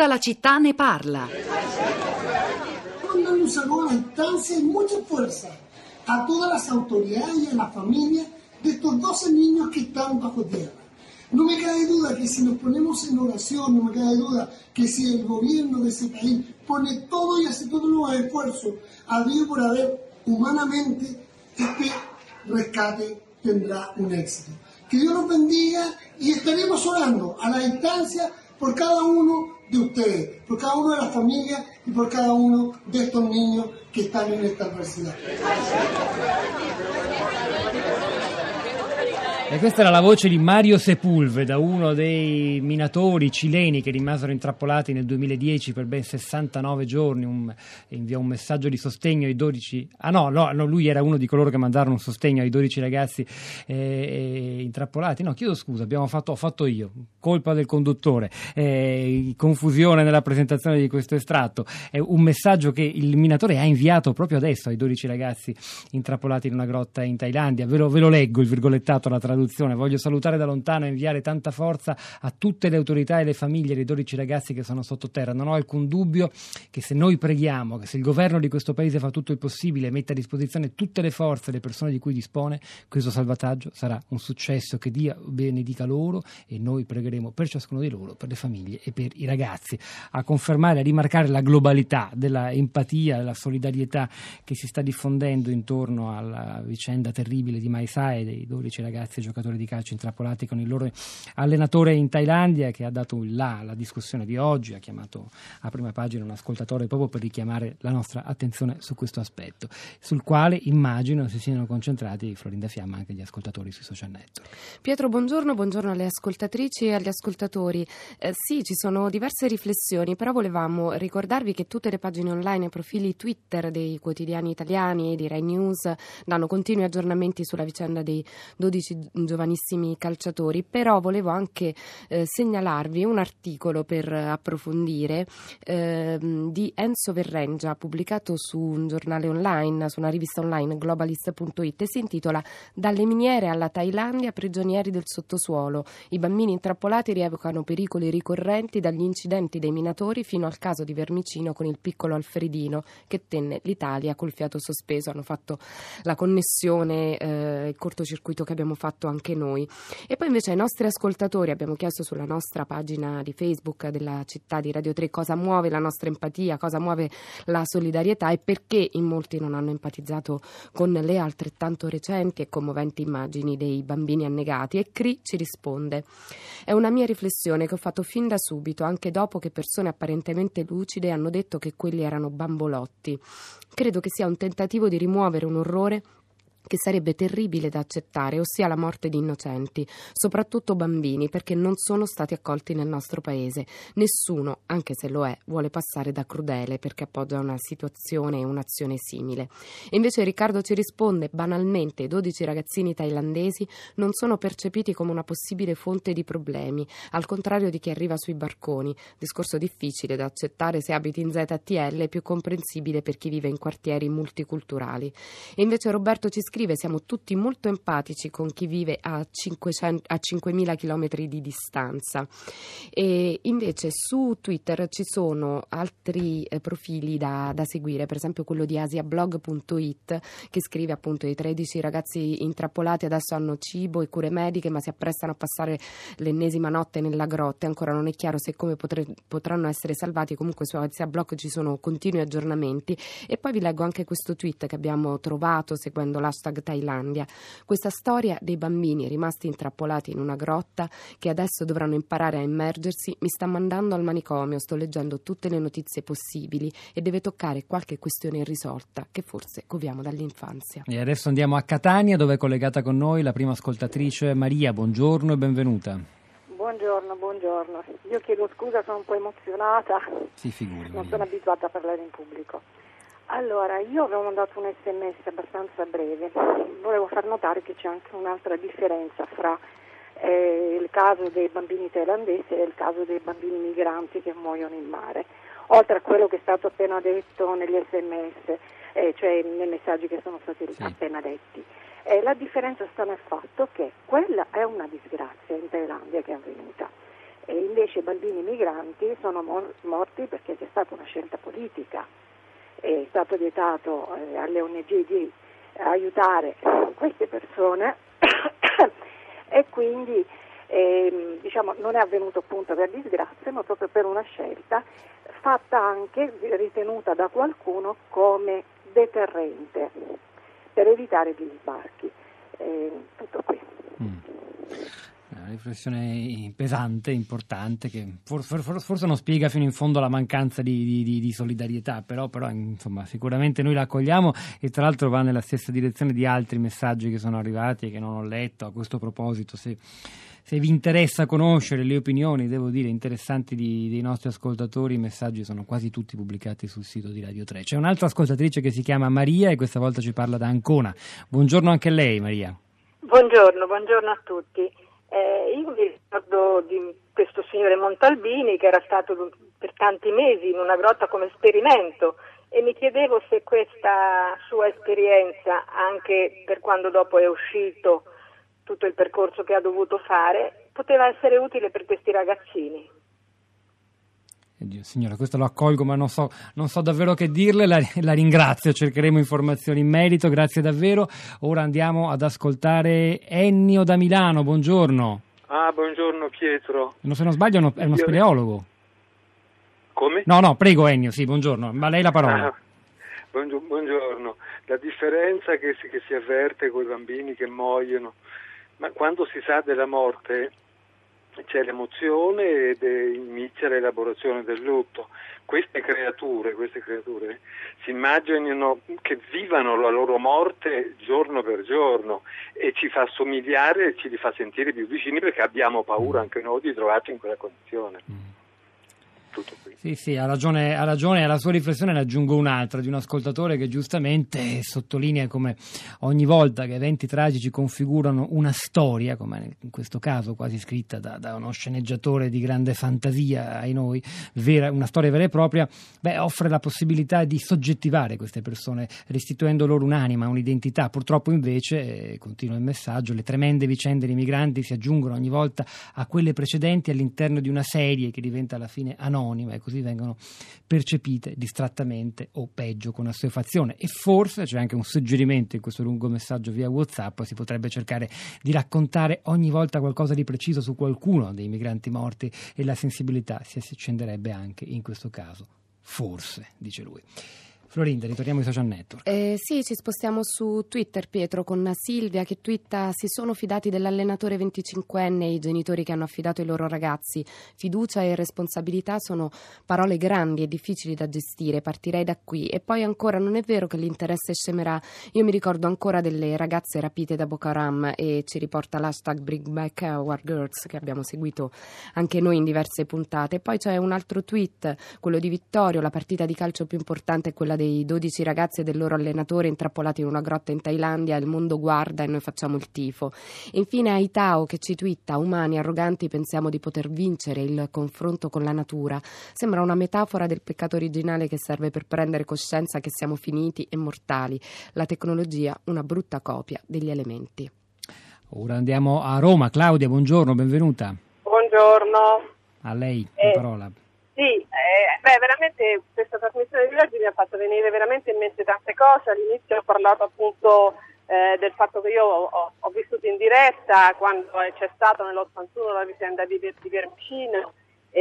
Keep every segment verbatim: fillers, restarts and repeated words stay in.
Tutta la città ne parla. Mandar un saludo a la instancia y mucha fuerza a todas las autoridades y a la familia de estos doce niños que están bajo tierra. No me cabe duda que si nos ponemos en oración, no me cabe duda que si el gobierno de ese país pone todo y hace todos los esfuerzos a Dios por haber humanamente, este rescate tendrá un éxito. Que Dios los bendiga y estaremos orando a la distancia por cada uno de ustedes, por cada una de las familias y por cada uno de estos niños que están en esta adversidad. E questa era la voce di Mario Sepulveda, uno dei minatori cileni che rimasero intrappolati nel duemiladieci per ben sessantanove giorni. Un, inviò un messaggio di sostegno ai dodici... Ah no, no, no, lui era uno di coloro che mandarono un sostegno ai dodici ragazzi eh, intrappolati. No, chiedo scusa, abbiamo fatto, ho fatto io, colpa del conduttore, eh, confusione nella presentazione di questo estratto. È un messaggio che il minatore ha inviato proprio adesso ai dodici ragazzi intrappolati in una grotta in Thailandia. Ve lo, ve lo leggo, il virgolettato, la traduzione. Voglio salutare da lontano e inviare tanta forza a tutte le autorità e le famiglie dei dodici ragazzi che sono sottoterra. Non ho alcun dubbio che se noi preghiamo, che se il governo di questo paese fa tutto il possibile e mette a disposizione tutte le forze e le persone di cui dispone, questo salvataggio sarà un successo. Che Dio benedica loro, e noi pregheremo per ciascuno di loro, per le famiglie e per i ragazzi. A confermare, a rimarcare la globalità della empatia, della solidarietà che si sta diffondendo intorno alla vicenda terribile di Mae Tha e dei dodici ragazzi giocatori di calcio intrappolati con il loro allenatore in Thailandia, che ha dato il là alla discussione di oggi, ha chiamato a prima pagina un ascoltatore proprio per richiamare la nostra attenzione su questo aspetto, sul quale immagino si siano concentrati, Florinda Fiamma, anche gli ascoltatori sui social network. Pietro, buongiorno, buongiorno alle ascoltatrici e agli ascoltatori. Eh, sì, ci sono diverse riflessioni, però volevamo ricordarvi che tutte le pagine online e profili Twitter dei quotidiani italiani e di Rai News danno continui aggiornamenti sulla vicenda dei dodici giovanissimi calciatori, però volevo anche eh, segnalarvi un articolo per approfondire eh, di Enzo Verrengia, pubblicato su un giornale online, su una rivista online, globalist punto it, e si intitola "Dalle miniere alla Thailandia, prigionieri del sottosuolo. I bambini intrappolati rievocano pericoli ricorrenti dagli incidenti dei minatori fino al caso di Vermicino con il piccolo Alfredino che tenne l'Italia col fiato sospeso". Hanno fatto la connessione, eh, il cortocircuito che abbiamo fatto anche noi. E poi invece ai nostri ascoltatori abbiamo chiesto sulla nostra pagina di Facebook della città di Radio tre cosa muove la nostra empatia, cosa muove la solidarietà e perché in molti non hanno empatizzato con le altrettanto recenti e commoventi immagini dei bambini annegati. E Cri ci risponde: "È una mia riflessione che ho fatto fin da subito, anche dopo che persone apparentemente lucide hanno detto che quelli erano bambolotti. Credo che sia un tentativo di rimuovere un orrore che sarebbe terribile da accettare, ossia la morte di innocenti, soprattutto bambini, perché non sono stati accolti nel nostro paese. Nessuno, anche se lo è, vuole passare da crudele perché appoggia una situazione e un'azione simile". E invece Riccardo ci risponde: "Banalmente, i dodici ragazzini thailandesi non sono percepiti come una possibile fonte di problemi, al contrario di chi arriva sui barconi. Discorso difficile da accettare se abiti in Z T L e più comprensibile per chi vive in quartieri multiculturali". E invece Roberto ci scrive: "Siamo tutti molto empatici con chi vive a, cinquecento, a cinquemila chilometri di distanza". E invece su Twitter ci sono altri eh, profili da, da seguire, per esempio quello di asiablog punto it, che scrive appunto: "I tredici ragazzi intrappolati adesso hanno cibo e cure mediche, ma si apprestano a passare l'ennesima notte nella grotta e ancora non è chiaro se e come potre, potranno essere salvati". Comunque su Asiablog ci sono continui aggiornamenti. E poi vi leggo anche questo tweet che abbiamo trovato seguendo l'hashtag Thailandia: "Questa storia dei bambini rimasti intrappolati in una grotta che adesso dovranno imparare a immergersi mi sta mandando al manicomio. Sto leggendo tutte le notizie possibili e deve toccare qualche questione irrisolta che forse coviamo dall'infanzia". E adesso andiamo a Catania, dove è collegata con noi la prima ascoltatrice Maria. Buongiorno e benvenuta. Buongiorno, buongiorno. Io chiedo scusa, sono un po' emozionata. Si figuri. Non sono abituata a parlare in pubblico. Allora, io avevo mandato un sms abbastanza breve. Volevo far notare che c'è anche un'altra differenza fra eh, il caso dei bambini thailandesi e il caso dei bambini migranti che muoiono in mare. Oltre a quello che è stato appena detto negli sms, eh, cioè nei messaggi che sono stati sì. appena detti. Eh, la differenza sta nel fatto che quella è una disgrazia in Thailandia che è avvenuta. e invece i bambini migranti sono mor- morti perché c'è stata una scelta politica, è stato vietato eh, alle O N G di aiutare queste persone e quindi eh, diciamo, non è avvenuto appunto per disgrazia, ma proprio per una scelta fatta anche, ritenuta da qualcuno come deterrente per evitare gli sbarchi. Eh, tutto qui. Mm. Una riflessione pesante, importante, che forse, forse non spiega fino in fondo la mancanza di, di, di solidarietà, però, però insomma sicuramente noi la accogliamo, e tra l'altro va nella stessa direzione di altri messaggi che sono arrivati e che non ho letto. A questo proposito, se, se vi interessa conoscere le opinioni, devo dire, interessanti di, dei nostri ascoltatori, i messaggi sono quasi tutti pubblicati sul sito di Radio tre. C'è un'altra ascoltatrice che si chiama Maria e questa volta ci parla da Ancona. Buongiorno anche a lei, Maria. Buongiorno, buongiorno a tutti. Eh, io mi ricordo di questo signore Montalbini che era stato per tanti mesi in una grotta come esperimento, e mi chiedevo se questa sua esperienza, anche per quando dopo è uscito tutto il percorso che ha dovuto fare, poteva essere utile per questi ragazzini. Dio, signora, questo lo accolgo, ma non so, non so davvero che dirle. La, la ringrazio, cercheremo informazioni in merito, grazie davvero. Ora andiamo ad ascoltare Ennio da Milano. Buongiorno. Ah, buongiorno Pietro. No, se non sbaglio è uno, è uno Io... speleologo. Come? No, no, prego Ennio, sì, buongiorno. Ma lei la parola. Ah, buongiorno. La differenza che si, che si avverte con i bambini che muoiono, ma quando si sa della morte c'è l'emozione ed inizia l'elaborazione del lutto. Queste creature, queste creature si immaginano che vivano la loro morte giorno per giorno, e ci fa somigliare e ci li fa sentire più vicini, perché abbiamo paura anche noi di trovarci in quella condizione. Tutto qui. Sì, sì, ha ragione, ha ragione. Alla sua riflessione ne aggiungo un'altra di un ascoltatore che giustamente sottolinea come ogni volta che eventi tragici configurano una storia, come in questo caso quasi scritta da, da uno sceneggiatore di grande fantasia, ai noi, vera, una storia vera e propria, beh, offre la possibilità di soggettivare queste persone, restituendo loro un'anima, un'identità. Purtroppo invece, eh, continua il messaggio, le tremende vicende dei migranti si aggiungono ogni volta a quelle precedenti all'interno di una serie che diventa alla fine anonima, e così vengono percepite distrattamente o peggio con assuefazione. E forse c'è anche un suggerimento in questo lungo messaggio via WhatsApp: si potrebbe cercare di raccontare ogni volta qualcosa di preciso su qualcuno dei migranti morti, e la sensibilità si accenderebbe anche in questo caso. Forse, dice lui. Florinda, ritorniamo ai social network. Eh, sì, ci spostiamo su Twitter, Pietro, con Silvia che twitta: si sono fidati dell'allenatore venticinquenne i genitori che hanno affidato i loro ragazzi. Fiducia e responsabilità sono parole grandi e difficili da gestire, partirei da qui. E poi ancora, non è vero che l'interesse scemerà. Io mi ricordo ancora delle ragazze rapite da Boko Haram, e ci riporta l'hashtag Bring Back Our Girls, che abbiamo seguito anche noi in diverse puntate. E poi c'è un altro tweet, quello di Vittorio: la partita di calcio più importante è quella dei dodici ragazzi e del loro allenatore intrappolati in una grotta in Thailandia, il mondo guarda e noi facciamo il tifo. E infine Aitao che ci twitta: umani arroganti pensiamo di poter vincere il confronto con la natura. Sembra una metafora del peccato originale che serve per prendere coscienza che siamo finiti e mortali. La tecnologia una brutta copia degli elementi. Ora andiamo a Roma. Claudia, buongiorno, benvenuta. Buongiorno. A lei eh, la parola. Sì, eh, beh, veramente questa trasmissione di oggi mi ha fatto venire veramente in mente tante cose. All'inizio ho parlato appunto eh, del fatto che io ho, ho vissuto in diretta quando c'è stato nell'ottantuno la vicenda di, di Vermicino,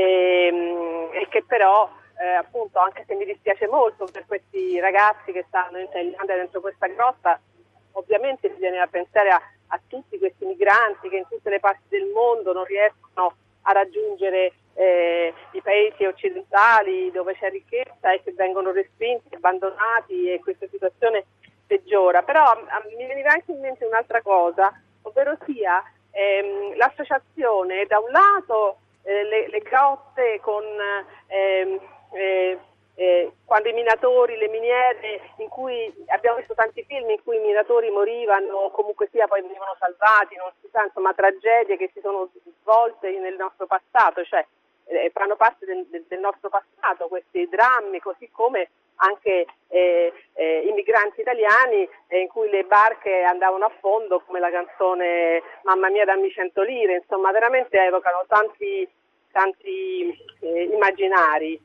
e, e che però eh, appunto, anche se mi dispiace molto per questi ragazzi che stanno in Thailandia dentro questa grotta, ovviamente bisogna pensare a, a tutti questi migranti che in tutte le parti del mondo non riescono a raggiungere eh, i paesi occidentali dove c'è ricchezza, e che vengono respinti, abbandonati, e questa situazione peggiora. Però a, a, mi veniva anche in mente un'altra cosa, ovvero sia ehm, l'associazione da un lato eh, le, le grotte con ehm, eh, eh, quando i minatori, le miniere, in cui abbiamo visto tanti film in cui i minatori morivano o comunque sia poi venivano salvati, non si sa, insomma tragedie che si sono svolte nel nostro passato, cioè eh, fanno parte del, del nostro passato questi drammi, così come anche eh, eh, i migranti italiani eh, in cui le barche andavano a fondo, come la canzone Mamma mia dammi cento lire, insomma veramente evocano tanti tanti eh, immaginari.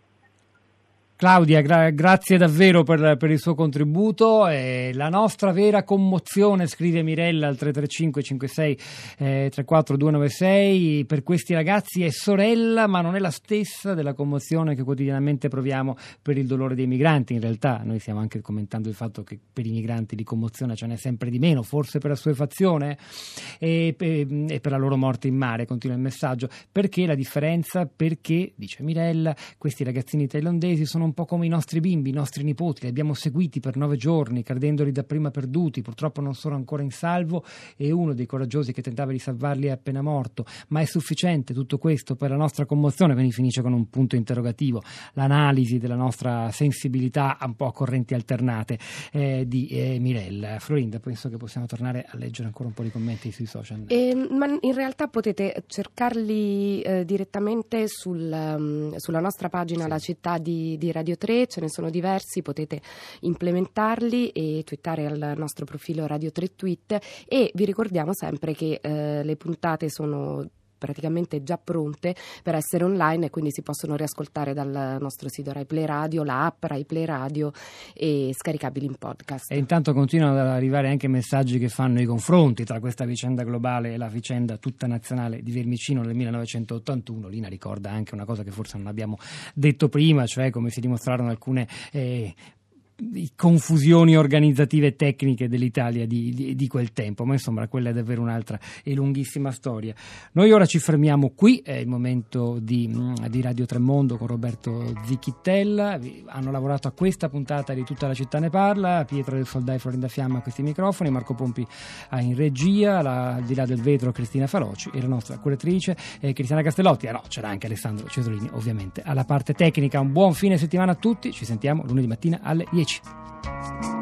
Claudia, gra- grazie davvero per, per il suo contributo. Eh, la nostra vera commozione, scrive Mirella al tre tre cinque cinque sei tre quattro due nove sei, per questi ragazzi è sorella, ma non è la stessa della commozione che quotidianamente proviamo per il dolore dei migranti. In realtà noi stiamo anche commentando il fatto che per i migranti di commozione ce n'è sempre di meno, forse per assuefazione e, e, e per la loro morte in mare, continua il messaggio. Perché la differenza? Perché, dice Mirella, questi ragazzini thailandesi sono un po' come i nostri bimbi, i nostri nipoti, li abbiamo seguiti per nove giorni, credendoli dapprima perduti, purtroppo non sono ancora in salvo e uno dei coraggiosi che tentava di salvarli è appena morto. Ma è sufficiente tutto questo per la nostra commozione? Quindi finisce con un punto interrogativo, l'analisi della nostra sensibilità un po' a correnti alternate eh, di eh, Mirella. Florinda, penso che possiamo tornare a leggere ancora un po' di commenti sui social. Eh, ma in realtà potete cercarli eh, direttamente sul, um, sulla nostra pagina, sì. La città di, di Radio tre, ce ne sono diversi, potete implementarli e twittare al nostro profilo Radio tre Tweet, e vi ricordiamo sempre che eh, le puntate sono praticamente già pronte per essere online e quindi si possono riascoltare dal nostro sito Rai Play Radio, la app Rai Play Radio, e scaricabili in podcast. E intanto continuano ad arrivare anche messaggi che fanno i confronti tra questa vicenda globale e la vicenda tutta nazionale di Vermicino nel millenovecentottantuno. Lina ricorda anche una cosa che forse non abbiamo detto prima, cioè come si dimostrarono alcune eh, confusioni organizzative e tecniche dell'Italia di, di, di quel tempo, ma insomma quella è davvero un'altra e lunghissima storia. Noi ora ci fermiamo qui, è il momento di, di Radio Tremondo con Roberto Zichittella. Hanno lavorato a questa puntata di Tutta la città ne parla, Pietro del Soldai e Florinda Fiamma a questi microfoni, Marco Pompi in regia, la, al di là del vetro Cristina Faloci e la nostra curatrice eh, Cristiana Castellotti. Ah no, c'era anche Alessandro Cesolini ovviamente alla parte tecnica. Un buon fine settimana a tutti, ci sentiamo lunedì mattina alle dieci.